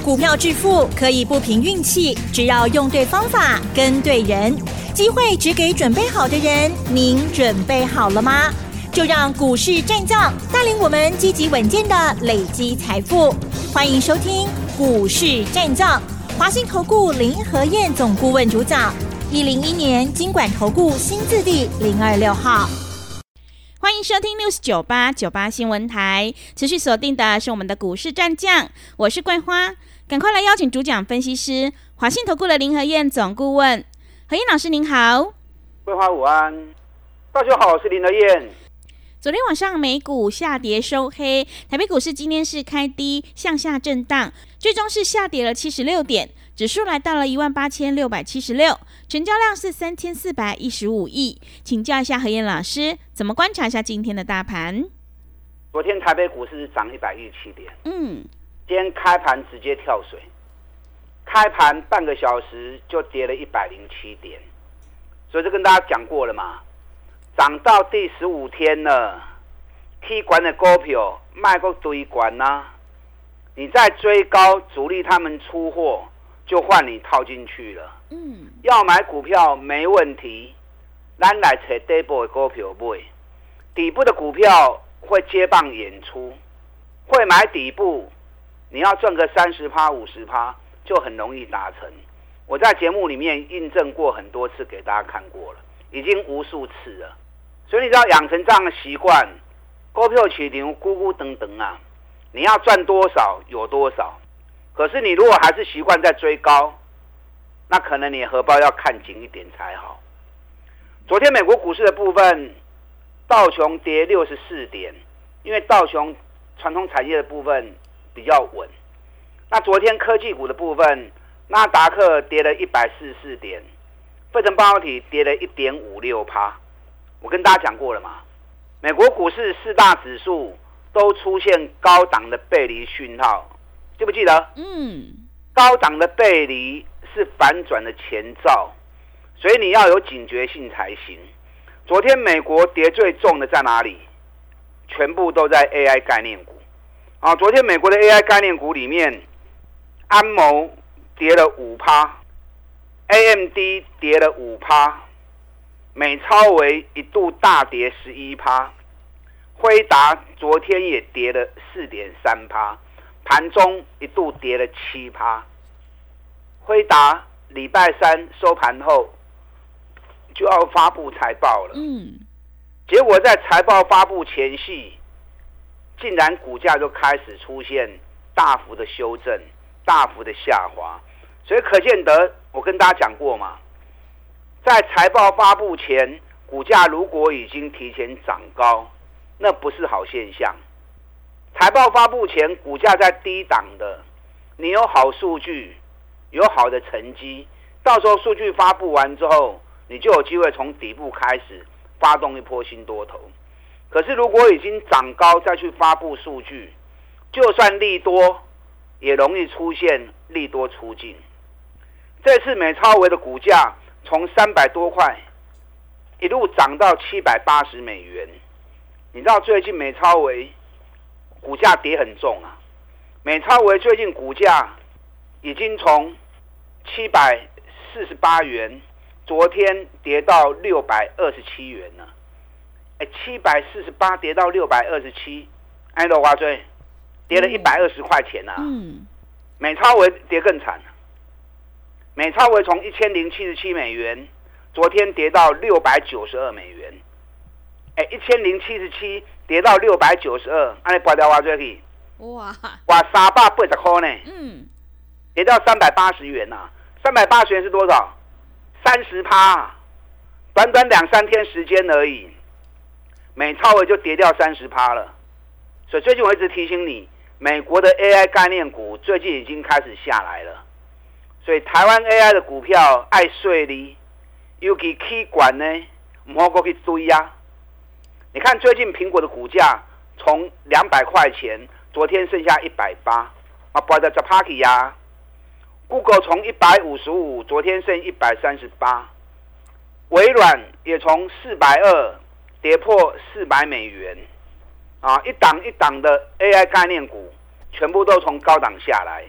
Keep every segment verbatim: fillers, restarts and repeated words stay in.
股票致富可以不凭运气，只要用对方法、跟对人。机会只给准备好的人，您准备好了吗？就让股市战将带领我们积极稳健的累积财富。欢迎收听股市战将，华信投顾林和彥总顾问主讲，一零一年金管投顾新字第零二六号。 欢迎收听 News 九八九八新闻台，持续锁定的是我们的股市战将，我是桂花，赶快来邀请主讲分析师华信投顾的林和彥总顾问，和彥老师您好。 桂花午安，大家好，我是林和彥。 昨天晚上美股下跌收黑，台北股市今天是开低向下震荡，最终是下跌了七十六点，指数来到了一万八千六百七十六，成交量是三千四百一十五亿。请教一下和彥老师，怎么观察一下今天的大盘？ 昨天台北股市涨一百一十七点， 嗯， 今天开盘直接跳水，开盘半个小时就跌了一百零七点，所以就跟大家讲过了嘛。涨到第十五天了，起管的股票卖过堆管呐，你再追高，主力他们出货就换你套进去了。嗯，要买股票没问题，咱来找底部的股票买，底部的股票会接棒演出，会买底部，你要赚个三十趴、五十趴就很容易达成。我在节目里面印证过很多次，给大家看过了，已经无数次了。所以你只要养成这样的习惯，股票市场咕咕等等啊，你要赚多少有多少。可是你如果还是习惯在追高，那可能你荷包要看紧一点才好。昨天美国股市的部分，道琼跌六十四点，因为道琼传统产业的部分比较稳。那昨天科技股的部分，纳达克跌了一百四十四点，费城半导体跌了 一点五六趴。我跟大家讲过了嘛，美国股市四大指数都出现高档的背离讯号，记不记得？嗯，高档的背离是反转的前兆，所以你要有警觉性才行。昨天美国跌最重的在哪里？全部都在 A I 概念股啊！昨天美国的 A I 概念股里面，安谋跌了 百分之五 A M D 跌了 百分之五，美超微一度大跌 百分之十一， 辉达昨天也跌了 百分之四点三， 盘中一度跌了 百分之七。 辉达礼拜三收盘后就要发布财报了，嗯，结果在财报发布前夕，竟然股价就开始出现大幅的修正、大幅的下滑，所以可见得我跟大家讲过嘛，在财报发布前，股价如果已经提前涨高，那不是好现象。财报发布前，股价在低档的，你有好数据，有好的成绩，到时候数据发布完之后，你就有机会从底部开始发动一波新多头。可是如果已经涨高再去发布数据，就算利多，也容易出现利多出尽。这次美超微的股价从三百多块一路涨到七百八十美元，你知道最近美超微股价跌很重啊，美超微最近股价已经从七百四十八元，昨天跌到六百二十七元了。哎，七百四十八跌到六百二十七，哎，罗华追跌了一百二十块钱啊。嗯，美超微跌更惨，美超微从一千零七十七美元，昨天跌到六百九十二美元。哎，一千零七十七跌到六百九十二，按你拔掉我追去，哇，哇三百八十块呢。嗯，跌到三百八十元呐、啊，三百八十元是多少？三十趴，短短两三天时间而已，美超微就跌掉三十趴了。所以最近我一直提醒你，美国的 A I 概念股最近已经开始下来了。所以台湾 A I 的股票爱税哩，尤其起管呢，唔好过去追啊。你看最近苹果的股价从两百块钱，昨天剩下一百八，啊，不得在 Parky 呀。Google 从一百五十五，昨天剩一百三十八。微软也从四百二跌破四百美元，啊，一档一档的 A I 概念股全部都从高档下来。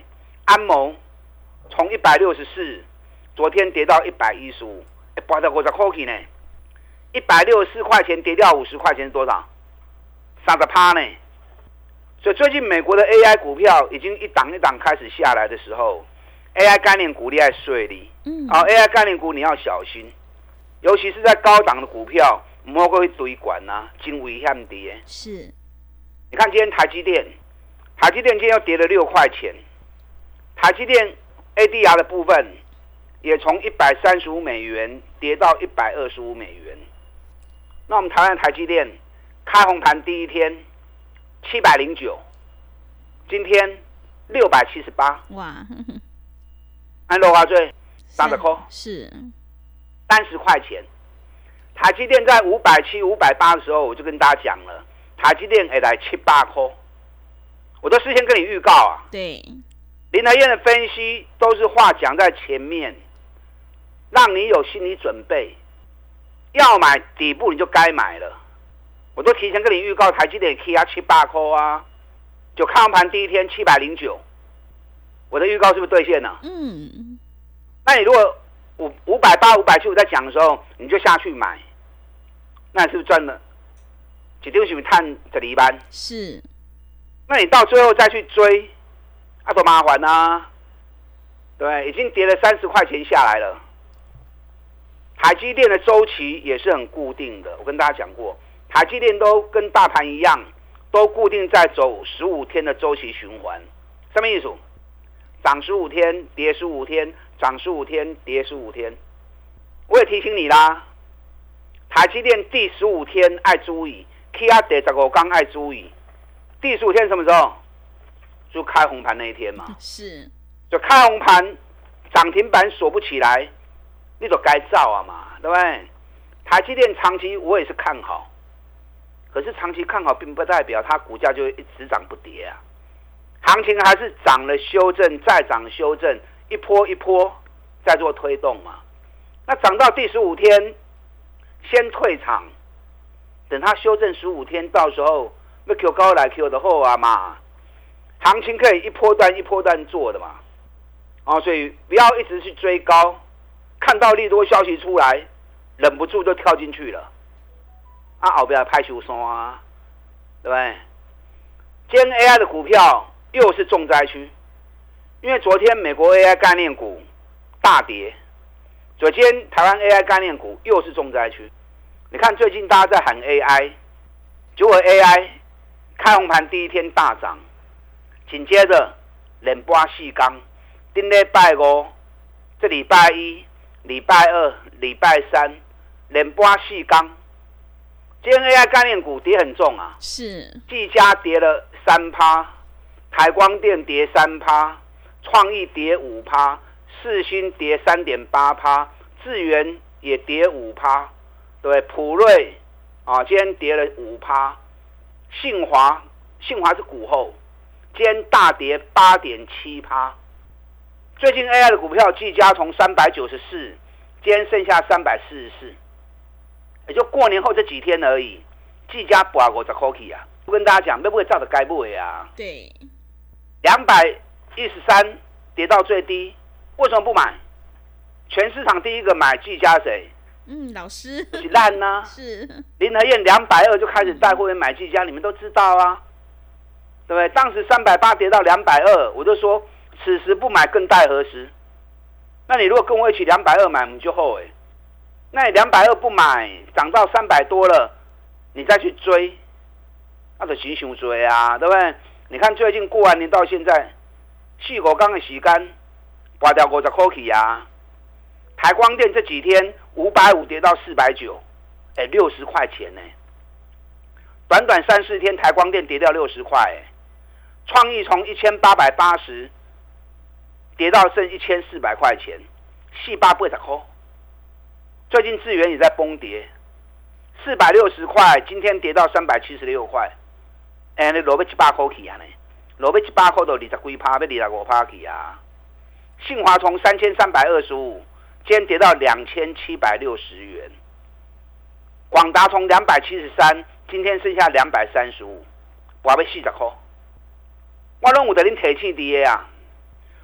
安谋从一百六十四，昨天跌到一百一十五，哎，跌到五十块钱呢。一百六十四块钱跌掉五十块钱是多少？三十趴呢。所以最近美国的 A I 股票已经一档一档开始下来的时候 ，A I 概念股你要碎利，嗯，啊 ，A I 概念股你要小心，尤其是在高档的股票，唔好去追管呐，真危险的。 是， 你看今天台积电，台积电今天又跌了六块钱，台积电 A D R 的部分也从一百三十五美元跌到一百二十五美元。那我们台湾台积电开红盘第一天七百零九，今天六百七十八，哇！按落花最三十块， 是三十块钱。台积电在五百七、五百八的时候，我就跟大家讲了，台积电会来七八块，我都事先跟你预告啊。 对， 林和燕的分析都是话讲在前面，让你有心理准备。要买底部你就该买了，我都提前跟你预告，台积电可以啊七八块啊，就开盘第一天七百零九，我的预告是不是兑现了？嗯，那你如果五五百八、五百七，我在讲的时候，你就下去买，那你是不是赚了？几丢是不是探这里一班？ 是， 那你到最后再去追，啊多麻烦啊！对，已经跌了三十块钱下来了。台积电的周期也是很固定的，我跟大家讲过，台积电都跟大盘一样，都固定在走十五天的周期循环。什么意思？涨十五天，跌十五天，涨十五天，跌十五天。我也提醒你啦，台积电第十五天爱注意，起啊第十五天爱注意。第十五天什么时候？就开红盘那一天嘛。 是。 就开红盘，涨停板锁不起来。你就该造啊嘛，对不对？台积电长期我也是看好，可是长期看好并不代表它股价就一直涨不跌啊。行情还是涨了修正，再涨修正，一波一波在做推动嘛。那涨到第十五天，先退场，等它修正十五天，到时候要 Q 高来 Q 的后啊嘛。行情可以一波段一波段做的嘛，哦，所以不要一直去追高。看到利多消息出来，忍不住就跳进去了，啊，后边拍手山啊，对不对？今天 A I 的股票又是重灾区，因为昨天美国 A I 概念股大跌，昨天台湾 A I 概念股又是重灾区。你看最近大家在喊 A I， 结果 A I 开红盘第一天大涨，紧接着连波四天，顶礼拜五，这礼拜一。礼拜二、礼拜三连播四天，今天 A I 概念股跌很重啊， 是技嘉跌了三趴，台光电跌三趴，创意跌五趴，世芯跌三点八趴，智原也跌五趴，对，普瑞啊今天跌了五趴，信华信华是股后，今天大跌八点七趴。最近 A I 的股票，技嘉从三百九十四，今天剩下三百四十四，也就过年后这几天而已。技嘉跌五十块去啊！我跟大家讲，要不会照着该买啊？ 对， 两百一十三跌到最低，为什么不买？全市场第一个买技嘉谁？ 嗯，老师是烂呢、啊。 是林和燕两百二就开始带会员买技嘉，你们都知道啊，对不对？当时三百八跌到两百二，我就说。此时不买更待何时？那你如果跟我一起两百二买，你就后悔。那你两百二不买，涨到三百多了，你再去追，那就行熊追啊，对不对？你看最近过完年到现在，四五天的时间，跌掉五十块去啊。台光电这几天五百五跌到四百九，哎，六十块钱呢。短短三四天，台光电跌掉六十块，哎，创意从一千八百八十。跌到剩一千四百块钱，四百八十块。最近智原也在崩跌，四百六十块，今天跌到三百七十六块。哎，你落要一百块去啊呢？落要一百块就二十几趴，要二十五趴去啊。信华从三千三百二十五，今天跌到两千七百六十元。广达从两百七十三，今天剩下两百三十五，我要四十块。我拢有得恁提醒伫个啊。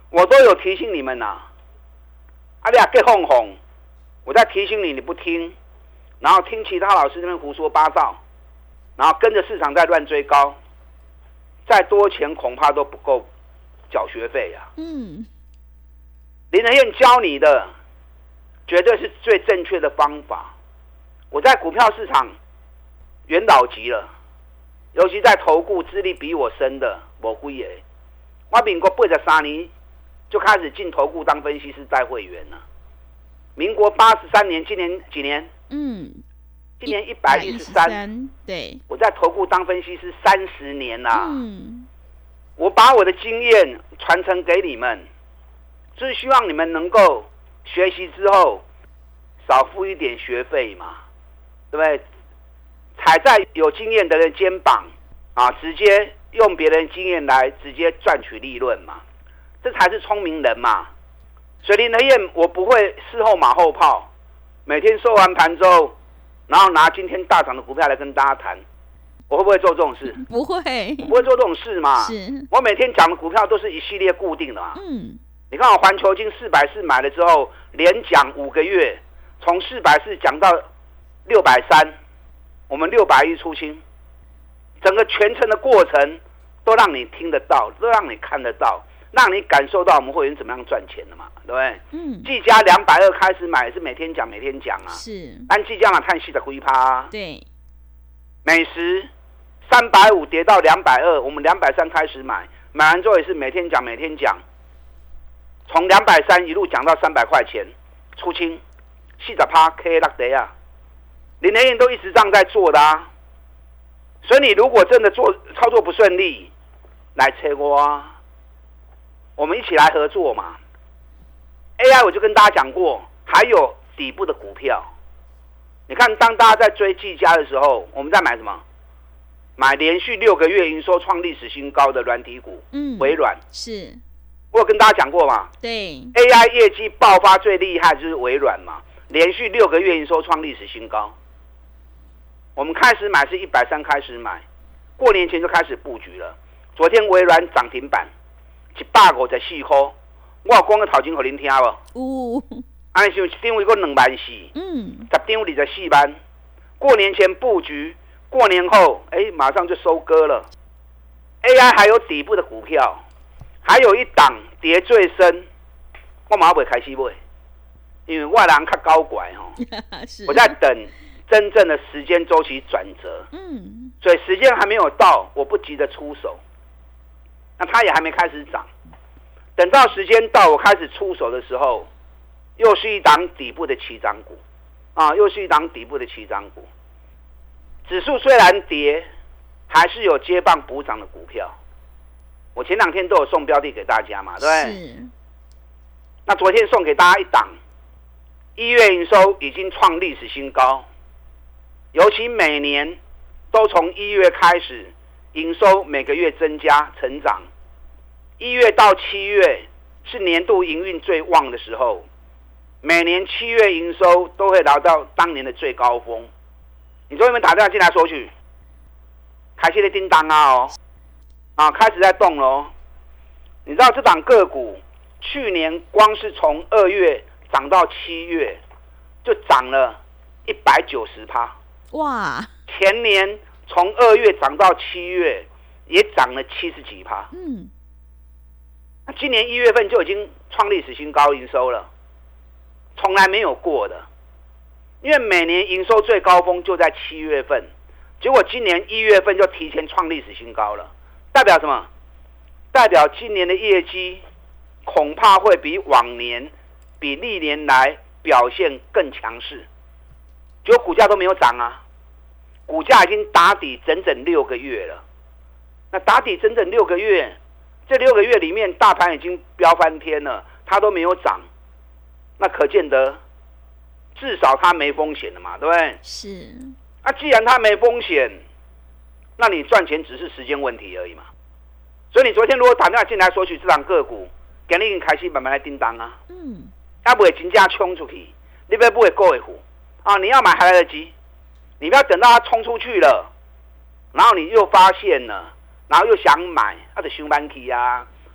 我都有提醒你们呐、啊，啊，你啊给哄哄，我在提醒你，你不听，然后听其他老师那边胡说八道，然后跟着市场在乱追高，再多钱恐怕都不够缴学费啊。 嗯， 林和燕教你的绝对是最正确的方法。我在股票市场元老级了，尤其在投顾资历比我深的没几个。我民国八十三年就开始进投顾当分析师带会员了。民国八十三年，今年几年？ 嗯， 今年一百一十三。 对， 我在投顾当分析师三十年啦。 嗯， 我把我的经验传承给你们，就是希望你们能够学习之后少付一点学费嘛，对不对？踩在有经验的人肩膀啊，直接用别人经验来直接赚取利润嘛，这才是聪明人嘛。所以林和燕我不会事后马后炮，每天收完盘之后，然后拿今天大涨的股票来跟大家谈，我会不会做这种事？ 不会， 我不会做这种事嘛。 是， 我每天讲的股票都是一系列固定的嘛。 嗯， 你看我环球金四百四买了之后，连讲五个月，从四百四讲到六百三，我们六百一出清，整个全程的过程都让你听得到，都让你看得到，让你感受到我们会员怎么样赚钱的嘛，对不对？ 嗯， 技嘉两百二开始买是每天讲每天讲啊， 是， 但技嘉嘛看戏的龟趴、啊， 对， 美食三百五跌到两百二，我们两百三开始买，买完之后也是每天讲每天讲，从两百三一路讲到三百块钱，出清四十趴 K 六得啊，林和燕都一直这样在做的啊。所以你如果真的做操作不顺利，来催我啊，我们一起来合作嘛。A I 我就跟大家讲过，还有底部的股票。你看，当大家在追技嘉的时候，我们在买什么？买连续六个月营收创历史新高的软体股， 嗯， 微软是， 我有跟大家讲过嘛。 对 ，A I 业绩爆发最厉害就是微软嘛，连续六个月营收创历史新高。我们开始买是一百三开始买，过年前就开始布局了。昨天微软涨停板一百五十四块，我有讲个头前给您听无？ 有， 安像一张有个两万四， 嗯， 十张二十四万。过年前布局，过年后哎马上就收割了。A I 还有底部的股票，还有一档跌最深，我马上不会开始买，因为外人较高拐哦，我在等真正的时间周期转折， 嗯， 所以时间还没有到，我不急着出手。那它也还没开始涨，等到时间到，我开始出手的时候，又是一档底部的起涨股，啊，又是一档底部的起涨股。指数虽然跌，还是有接棒补涨的股票。我前两天都有送标的给大家嘛，对不对？ 是。 那昨天送给大家一档，一月营收已经创历史新高。尤其每年都从一月开始，营收每个月增加成长。一月到七月是年度营运最旺的时候，每年七月营收都会达到当年的最高峰。你昨天们打电话进来索取，开始的叮当啊哦，啊开始在动喽。你知道这档个股去年光是从二月涨到七月，就涨了一百九十趴。 哇！ 前年从二月涨到七月，也涨了七十几趴。 嗯， 那今年一月份就已经创历史新高营收了，从来没有过的。因为每年营收最高峰就在七月份，结果今年一月份就提前创历史新高了，代表什么？代表今年的业绩恐怕会比往年、比历年来表现更强势。结果股价都没有涨啊，股价已经打底整整六个月了。那打底整整六个月，这六个月里面大盘已经飙翻天了，它都没有涨，那可见得至少它没风险了嘛，对不对？ 是。 那既然它没风险，那你赚钱只是时间问题而已嘛。所以你昨天如果打电话进来索取这档个股，今日已经开始慢慢来叮当啊。 嗯。 它不会金价冲出去，你不会够会虎啊！你要买还来得及，你不要等到它冲出去了，然后你又发现了，然后又想买，那就伤慢去啊！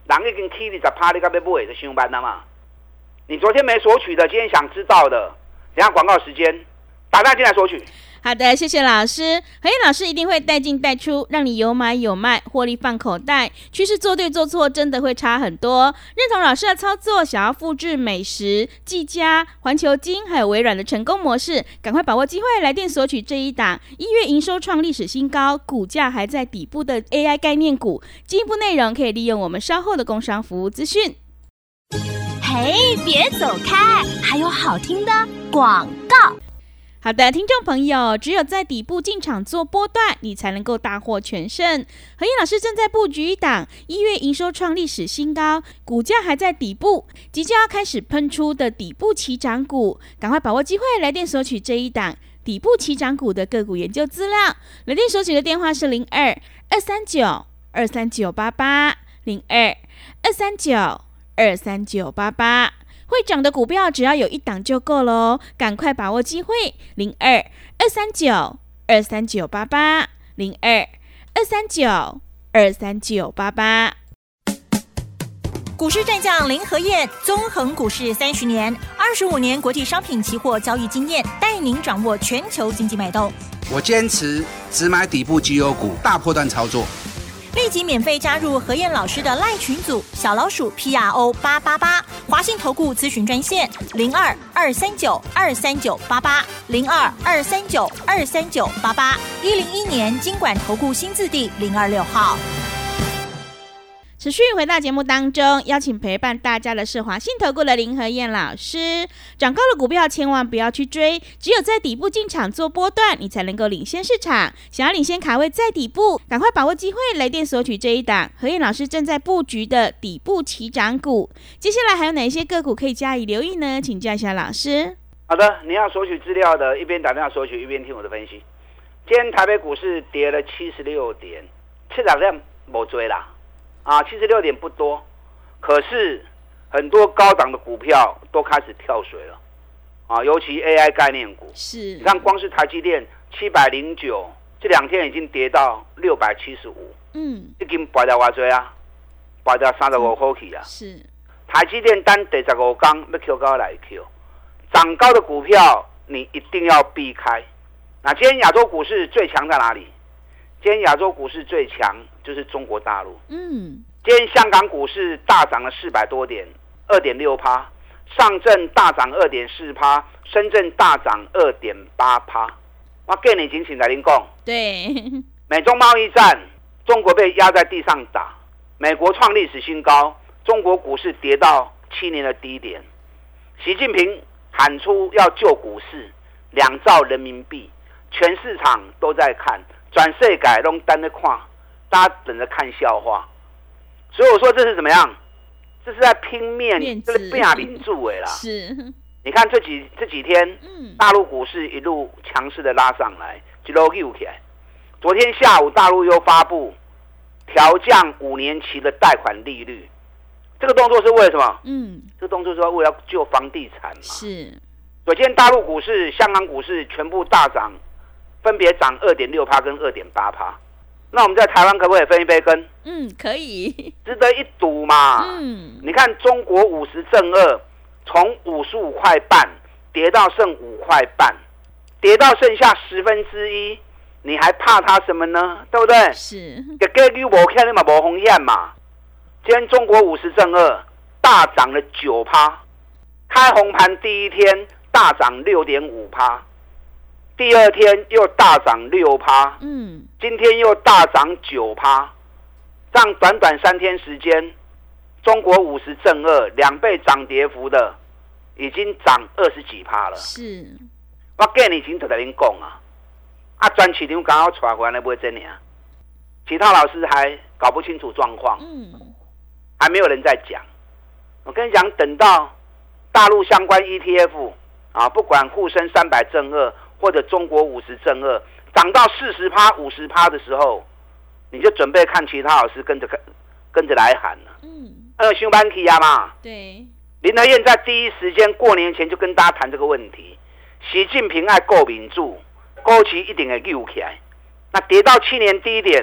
人已经起二十趴，你敢要买就上班了嘛？你昨天没索取的，今天想知道的，等一下广告时间打电话进来索取。 好的，谢谢老师。和燕老师一定会带进带出，让你有买有卖，获利放口袋。趋势做对做错真的会差很多。认同老师的操作，想要复制美食、技嘉、环球金还有微软的成功模式，赶快把握机会，来电索取这一档一月营收创历史新高，股价还在底部的 A I 概念股。进一步内容可以利用我们稍后的工商服务资讯。 嘿，别走开，还有好听的广告。 好的，听众朋友，只有在底部进场做波段，你才能够大获全胜。和燕老师正在布局一档一月营收创历史新高，股价还在底部，即将要开始喷出的底部起涨股，赶快把握机会，来电索取这一档底部起涨股的个股研究资料。来电索取的电话是零二二三九二三九八八零二二三九二三九八八。会涨的股票只要有一档就够了哦，赶快把握机会，零二二三九二三九八八零二二三九二三九八八。 股市战将林和彥，纵横股市三十年，二十五年国际商品期货交易经验，带您掌握全球经济脉动。 我坚持只买底部绩优股，大波段操作。 立即免费加入和燕老师的赖群组，小老鼠 P R O 八八八，华信投顾咨询专线零二二三九二三九八八零二二三九二三九八八，一零一年金管投顾新字第零二六号。 持续回到节目当中，邀请陪伴大家的是华信投顾的林和彥老师。涨高的股票千万不要去追，只有在底部进场做波段，你才能够领先市场。想要领先卡位在底部，赶快把握机会，来电索取这一档和彥老师正在布局的底部起涨股。接下来还有哪些个股可以加以留意呢？请教一下老师。 好的，你要索取资料的，一边打电话索取，一边听我的分析。今天台北股市跌了七十六点，七十点没追啦。啊，七十六点不多，可是很多高档的股票都开始跳水了，啊，尤其 A I 概念股。 是， 你看光是台积电七百零九，这两天已经跌到六百七十五， 嗯， 已经跌到多少啊？跌到三十五块去啊。 是， 台积电单第十五天要 Q 高来 Q， 涨高的股票你一定要避开。那今天亚洲股市最强在哪里？今天亚洲股市最强就是中国大陆。 嗯， 今天香港股市大涨了四百多点，二点六趴，上证大涨二点四趴，深圳大涨二点八趴。我跟你警醒来您讲， 对， 美中贸易战，中国被压在地上打，美国创历史新高，中国股市跌到七年的低点。习近平喊出要救股市，两兆人民币，全市场都在看。转世界都单的看，大家等着看笑话。所以我说这是怎么样？这是在拼面，这是变民主的啦。 是， 你看这几这几天， 嗯， 大陆股市一路强势的拉上来，一路溜起来。昨天下午，大陆又发布调降五年期的贷款利率，这个动作是为了什么？ 嗯， 这个动作是为了救房地产嘛。 是。 所以今天大陆股市、香港股市全部大涨。分别涨 二点六趴 跟 二点八趴， 那我们在台湾可不可以分一杯羹？ 嗯，可以， 值得一赌嘛。 嗯， 你看中国五十正二从五十五块半跌到剩五块半，跌到剩下十分之一，你还怕它什么呢？对不对？ 是， 给概率没看你嘛没风险嘛。今天中国五十正二大涨了九趴，开红盘第一天大涨六点五趴。第二天又大涨六趴， 嗯， 今天又大涨九趴，这样短短三天时间，中国五十正二两倍涨跌幅的，已经涨二十几趴了。 是， 我跟你已经在跟您讲啊，啊，专市场刚好带回来不会真的啊，其他老师还搞不清楚状况， 嗯， 还没有人在讲。我跟你讲，等到大陆相关 E T F 啊，不管沪深三百正二。或者中国五十正二涨到四十趴、五十趴的时候，你就准备看其他老师跟着跟着来喊了。嗯，呃，上班去啊嘛。 对。 林和彥在第一时间过年前就跟大家谈这个问题，习近平爱够民主，股市一定会救起来。那跌到七年低点，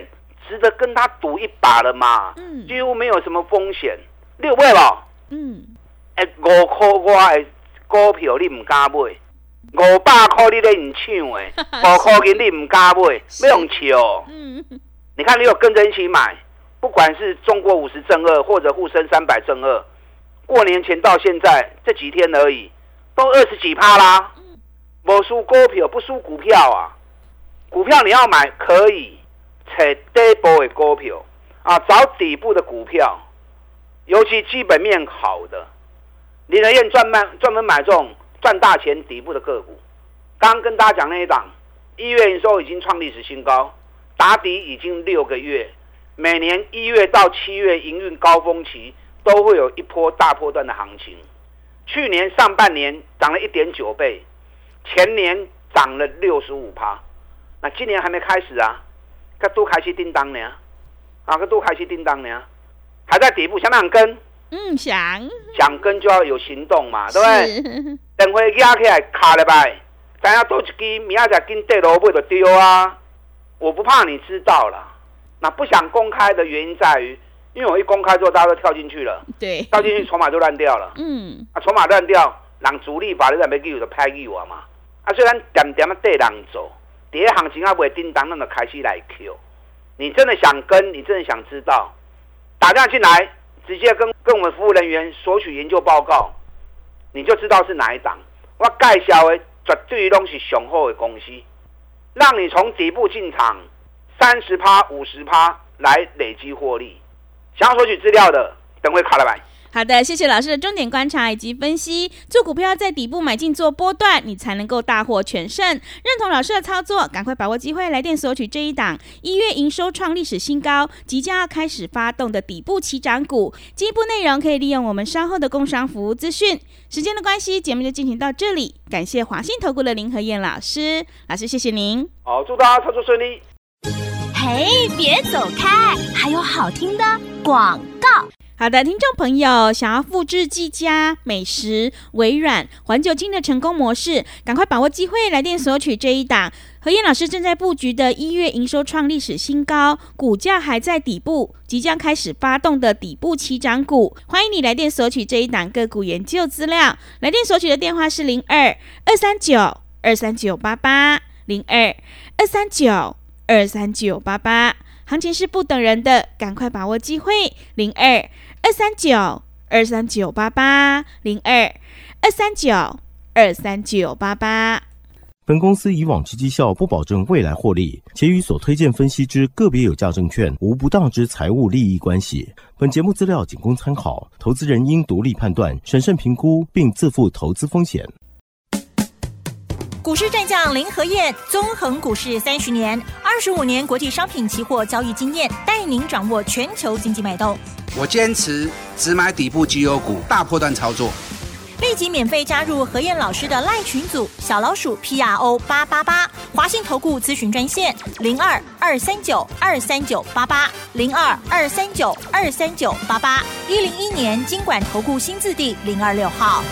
值得跟他赌一把了嘛？ 嗯， 几乎没有什么风险。你有买无？ 嗯， 哎，五块外的股票你唔敢买，五百块你咧唔抢诶，五块钱你唔敢买，要用笑。 嗯， 你看你有跟着一起买，不管是中国五十正二或者沪深三百正二，过年前到现在这几天而已，都二十几趴啦。没输股票，不输股票啊！股票你要买可以，找底部的股票啊，找底部的股票，尤其基本面好的。林和燕专门专门买这种赚大钱底部的个股。刚刚跟大家讲那一档，一月营收已经创历史新高，打底已经六个月，每年一月到七月营运高峰期都会有一波大波段的行情。去年上半年涨了 一点九倍，前年涨了 六十五趴，那今年还没开始啊，可都开始叮当呢，啊，可都开始叮当呢，还在底部，想不想跟？ 嗯，想想跟就要有行动嘛，对不对？等会压起来卡了吧，咱要多一支，明仔载跟对萝卜就丢啊！我不怕你知道了，那不想公开的原因在于，因为我一公开之后，大家都跳进去了， 对， 跳进去筹码就乱掉了， 嗯， 啊，筹码乱掉，人主力法律在没给我就拍给我嘛，啊，虽然点点啊对人走，第一行情啊不会叮当，那么开始来 Q， 你真的想跟，你真的想知道，打电话进来。直接跟跟我们服务人员索取研究报告，你就知道是哪一档。我介绍的绝对都是雄厚的公司，让你从底部进场，三十趴、五十趴来累积获利。想要索取资料的，等会卡了来。 好的，谢谢老师的重点观察以及分析。做股票在底部买进做波段，你才能够大获全胜。认同老师的操作，赶快把握机会，来电索取这一档一月营收创历史新高，即将要开始发动的底部起涨股。进一步内容可以利用我们稍后的工商服务资讯。时间的关系，节目就进行到这里。感谢华信投顾的林和燕老师，老师谢谢您。 好，祝大家操作顺利。 嘿，别走开，还有好听的广告。 好的，听众朋友，想要复制技嘉、美食、微软、环球金的成功模式，赶快把握机会，来电索取这一档和燕老师正在布局的一月营收创历史新高，股价还在底部，即将开始发动的底部起涨股。欢迎你来电索取这一档个股研究资料，来电索取的电话是零二二三九二三九八八零二二三九二三九八八。行情是不等人的，赶快把握机会，零二二三九二三九八八零二二三九二三九八八。 本公司以往之绩效不保证未来获利，且与所推荐分析之个别有价证券无不当之财务利益关系。本节目资料仅供参考，投资人应独立判断、审慎评估，并自负投资风险。 股市战将林和燕，纵横股市三十年，二十五年国际商品期货交易经验，带您掌握全球经济脉动。 我坚持只买底部绩优股，大波段操作。 立即免费加入和燕老师的赖群组，小老鼠 P R O 八八八，华信投顾咨询专线零二二三九二三九八八零二二三九二三九八八，一零一年金管投顾新字第零二六号。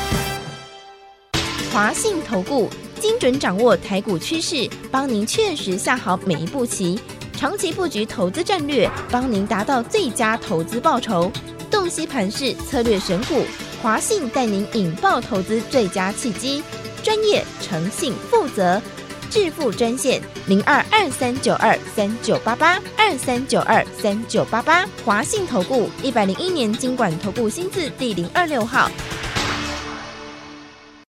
华信投顾精准掌握台股趋势，帮您确实下好每一步棋，长期布局投资战略，帮您达到最佳投资报酬。洞悉盘势，策略选股，华信带您引爆投资最佳契机，专业、诚信、负责。致富专线零二二三九二三九八八二三九二三九八八，华信投顾一百零一年金管投顾新字第零二六号。